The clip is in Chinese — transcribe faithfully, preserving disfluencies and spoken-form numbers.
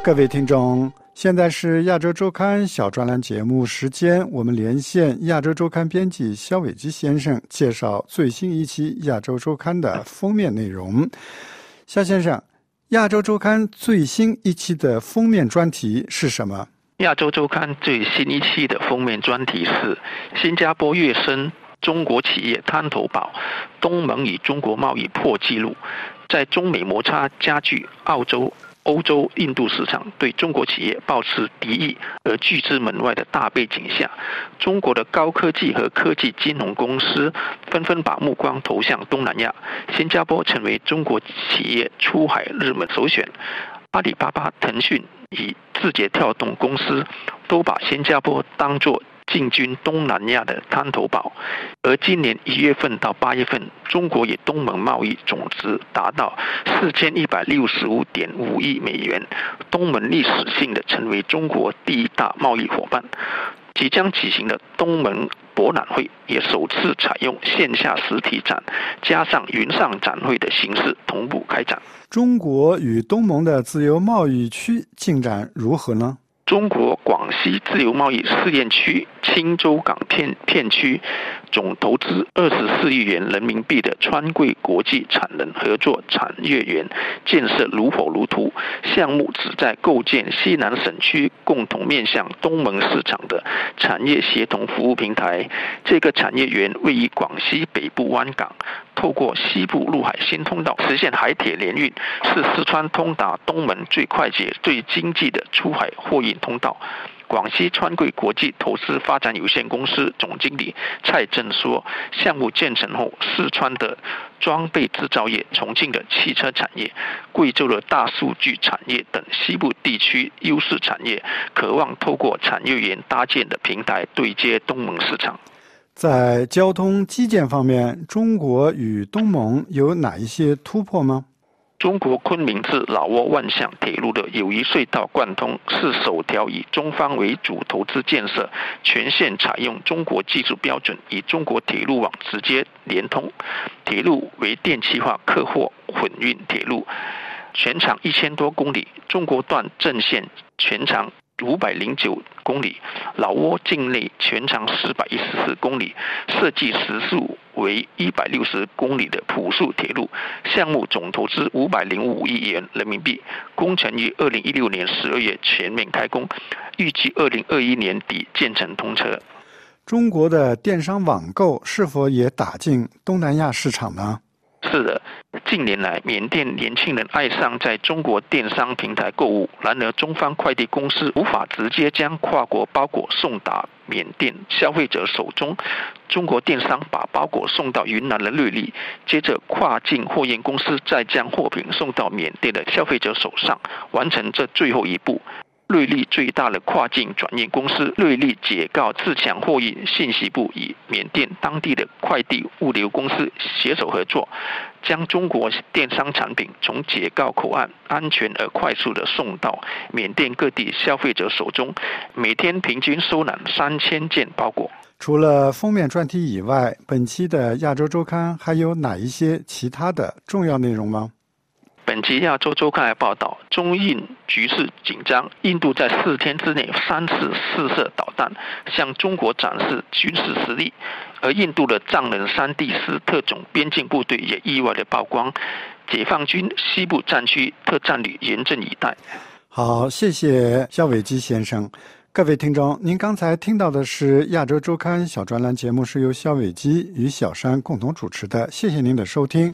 各位听众，现在是亚洲周刊小专栏节目时间，我们连线亚洲周刊编辑肖伟基先生，介绍最新一期亚洲周刊的封面内容。肖先生，亚洲周刊最新一期的封面专题是什么？ 亚洲周刊最新一期的封面专题是新加坡跃升中国企业滩头堡，东盟与中国贸易破纪录。在中美摩擦加剧，澳洲、欧洲、印度市场对中国企业抱持敌意而拒之门外的大背景下，中国的高科技和科技金融公司纷纷把目光投向东南亚，新加坡成为中国企业出海热门首选。阿里巴巴、腾讯与字节跳动公司都把新加坡当作进军东南亚的滩头堡，而今年一月份到八月份，中国与东盟贸易总值达到四千一百六十五点五亿美元，东盟历史性的成为中国第一大贸易伙伴。即将举行的东盟博览会也首次采用线下实体展加上云上展会的形式同步开展。 中国与东盟的自由贸易区进展如何呢？ 中国广西自由贸易试验区青州港片片区总投资二十四亿元人民币的川贵国际产能合作产业园建设如火如荼，项目旨在构建西南省区共同面向东盟市场的产业协同服务平台。这个产业园位于广西北部湾港，透过西部陆海新通道实现海铁联运，是四川通达东盟最快捷、最经济的出海货运通道。广西川贵国际投资发展有限公司总经理蔡正说，项目建成后，四川的装备制造业、重庆的汽车产业、贵州的大数据产业等西部地区优势产业，渴望透过产业园搭建的平台对接东盟市场。 在交通基建方面，中国与东盟有哪一些突破吗？ 中国昆明至老挝万象铁路的友谊隧道贯通是首条以中方为主投资建设，全线采用中国技术标准，与中国铁路网直接连通。铁路为电气化客货混运铁路，全长一千多公里，中国段正线全长五百零九公里，老挝境内全长四百一十四公里，设计时速为一百六十公里的普速铁路，项目总投资五百零五亿元人民币，工程于二零一六年十二月全面开工，预计二零二一年底建成通车。 中国的电商网购是否也打进东南亚市场呢？ 是的，近年来缅甸年轻人爱上在中国电商平台购物，然而中方快递公司无法直接将跨国包裹送达缅甸消费者手中，中国电商把包裹送到云南的瑞丽，接着跨境货运公司再将货品送到缅甸的消费者手上，完成这最后一步。瑞丽最大的跨境转运公司瑞丽解告自强货运信息部与缅甸当地的快递物流公司携手合作，将中国电商产品从解告口岸安全而快速地送到缅甸各地消费者手中，每天平均收揽三千件包裹。 除了封面专题以外，本期的亚洲周刊还有哪一些其他的重要内容吗？ 本期亚洲周刊还报道，中印局势紧张，印度在四天之内三次试射导弹，向中国展示军事实力。而印度的藏人山地斯特种边境部队也意外的曝光，解放军西部战区特战旅严阵以待。 好，谢谢肖伟基先生。各位听众，您刚才听到的是亚洲周刊小专栏节目，是由肖伟基与小山共同主持的，谢谢您的收听。